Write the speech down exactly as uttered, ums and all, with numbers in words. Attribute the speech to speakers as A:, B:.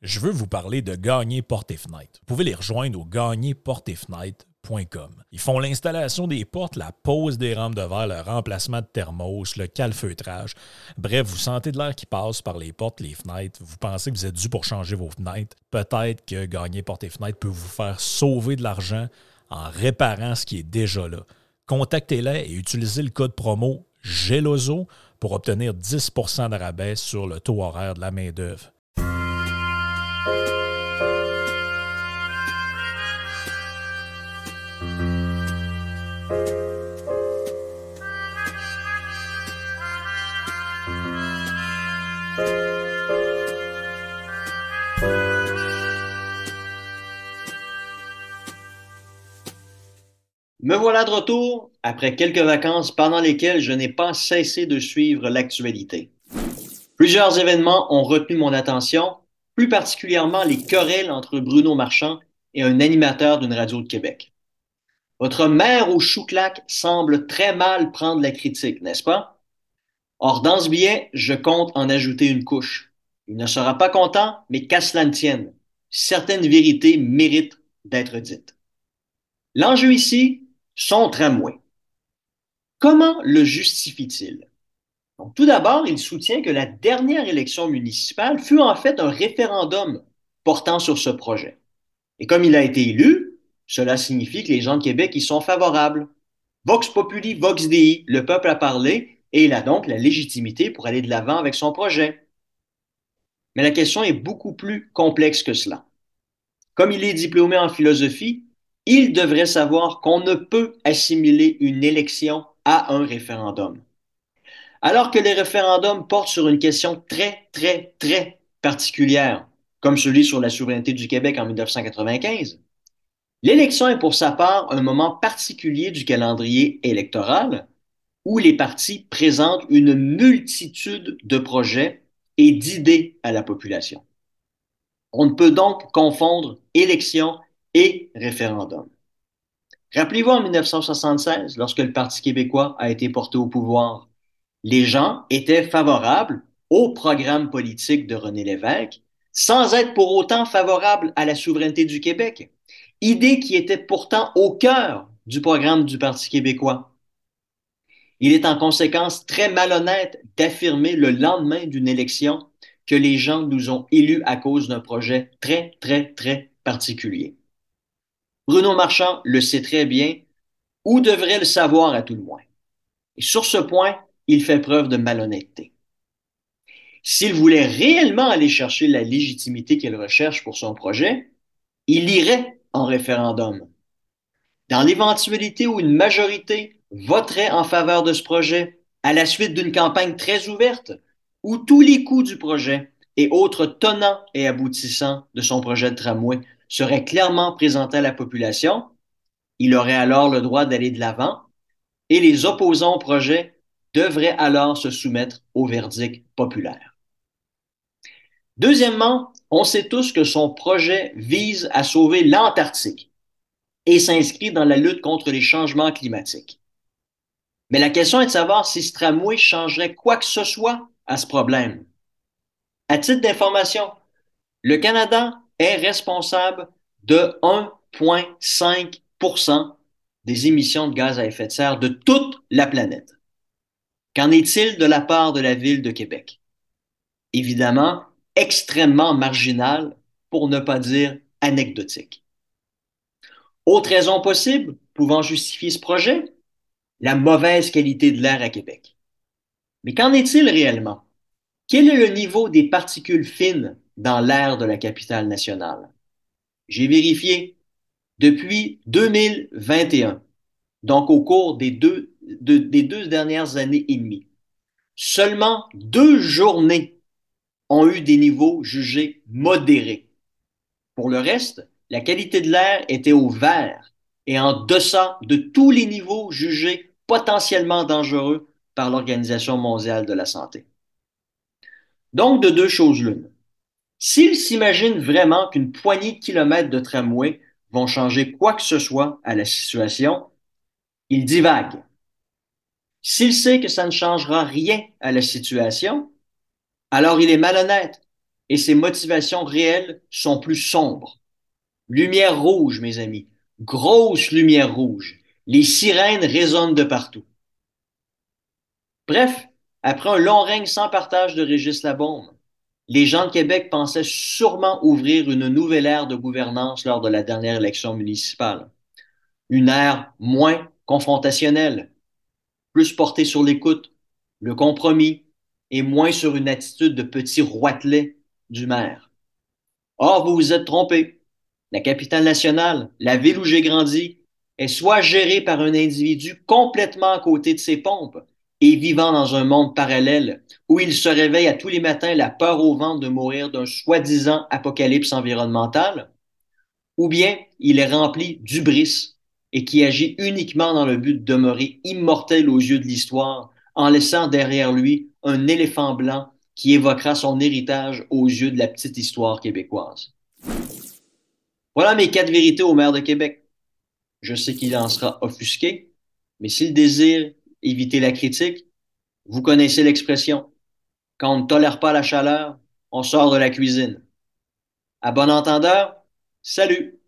A: Je veux vous parler de Gagner Portes et Fenêtres. Vous pouvez les rejoindre au gagner portes et fenêtres point com. Ils font l'installation des portes, la pose des rampes de verre, le remplacement de thermos, le calfeutrage. Bref, vous sentez de l'air qui passe par les portes, les fenêtres. Vous pensez que vous êtes dû pour changer vos fenêtres. Peut-être que Gagner Portes et Fenêtres peut vous faire sauver de l'argent en réparant ce qui est déjà là. Contactez-les et utilisez le code promo GELOZO pour obtenir dix pour cent de rabais sur le taux horaire de la main-d'œuvre.
B: Me voilà de retour après quelques vacances pendant lesquelles je n'ai pas cessé de suivre l'actualité. Plusieurs événements ont retenu mon attention, plus particulièrement les querelles entre Bruno Marchand et un animateur d'une radio de Québec. Votre maire au chouclac semble très mal prendre la critique, n'est-ce pas? Or, dans ce billet, je compte en ajouter une couche. Il ne sera pas content, mais qu'à cela ne tienne, certaines vérités méritent d'être dites. L'enjeu ici, son tramway. Comment le justifie-t-il? Donc, tout d'abord, il soutient que la dernière élection municipale fut en fait un référendum portant sur ce projet. Et comme il a été élu, cela signifie que les gens de Québec y sont favorables. Vox populi, vox dei, le peuple a parlé et il a donc la légitimité pour aller de l'avant avec son projet. Mais la question est beaucoup plus complexe que cela. Comme il est diplômé en philosophie, il devrait savoir qu'on ne peut assimiler une élection à un référendum. Alors que les référendums portent sur une question très, très, très particulière, comme celui sur la souveraineté du Québec en mille neuf cent quatre-vingt-quinze, l'élection est pour sa part un moment particulier du calendrier électoral où les partis présentent une multitude de projets et d'idées à la population. On ne peut donc confondre élection et référendum. Rappelez-vous en mille neuf cent soixante-seize, lorsque le Parti québécois a été porté au pouvoir, les gens étaient favorables au programme politique de René Lévesque, sans être pour autant favorables à la souveraineté du Québec, idée qui était pourtant au cœur du programme du Parti québécois. Il est en conséquence très malhonnête d'affirmer le lendemain d'une élection que les gens nous ont élus à cause d'un projet très, très, très particulier. Bruno Marchand le sait très bien, ou devrait le savoir à tout le moins. Et sur ce point, il fait preuve de malhonnêteté. S'il voulait réellement aller chercher la légitimité qu'il recherche pour son projet, il irait en référendum. Dans l'éventualité où une majorité voterait en faveur de ce projet, à la suite d'une campagne très ouverte, où tous les coûts du projet et autres tenants et aboutissants de son projet de tramway seraient clairement présentés à la population, il aurait alors le droit d'aller de l'avant et les opposants au projet devraient alors se soumettre au verdict populaire. Deuxièmement, on sait tous que son projet vise à sauver l'Antarctique et s'inscrit dans la lutte contre les changements climatiques. Mais la question est de savoir si ce tramway changerait quoi que ce soit à ce problème. À titre d'information, le Canada est responsable de un virgule cinq pour cent des émissions de gaz à effet de serre de toute la planète. Qu'en est-il de la part de la ville de Québec? Évidemment, extrêmement marginal, pour ne pas dire anecdotique. Autre raison possible pouvant justifier ce projet, la mauvaise qualité de l'air à Québec. Mais qu'en est-il réellement? Quel est le niveau des particules fines dans l'air de la capitale nationale? J'ai vérifié. Depuis deux mille vingt et un, donc au cours des deux, de, des deux dernières années et demie, seulement deux journées ont eu des niveaux jugés modérés. Pour le reste, la qualité de l'air était au vert et en deçà de tous les niveaux jugés potentiellement dangereux par l'Organisation mondiale de la santé. Donc, de deux choses l'une. S'il s'imagine vraiment qu'une poignée de kilomètres de tramway vont changer quoi que ce soit à la situation, il divague. S'il sait que ça ne changera rien à la situation, alors il est malhonnête et ses motivations réelles sont plus sombres. Lumière rouge, mes amis. Grosse lumière rouge. Les sirènes résonnent de partout. Bref, après un long règne sans partage de Régis Labaume, les gens de Québec pensaient sûrement ouvrir une nouvelle ère de gouvernance lors de la dernière élection municipale. Une ère moins confrontationnelle, plus portée sur l'écoute, le compromis et moins sur une attitude de petit roitelet du maire. Or, vous vous êtes trompé. La capitale nationale, la ville où j'ai grandi, est soit gérée par un individu complètement à côté de ses pompes et vivant dans un monde parallèle où il se réveille à tous les matins la peur au ventre de mourir d'un soi-disant apocalypse environnemental, ou bien il est rempli d'hubris et qui agit uniquement dans le but de demeurer immortel aux yeux de l'histoire en laissant derrière lui un éléphant blanc qui évoquera son héritage aux yeux de la petite histoire québécoise. Voilà mes quatre vérités au maire de Québec. Je sais qu'il en sera offusqué, mais s'il désire éviter la critique, vous connaissez l'expression. Quand on ne tolère pas la chaleur, on sort de la cuisine. À bon entendeur, salut!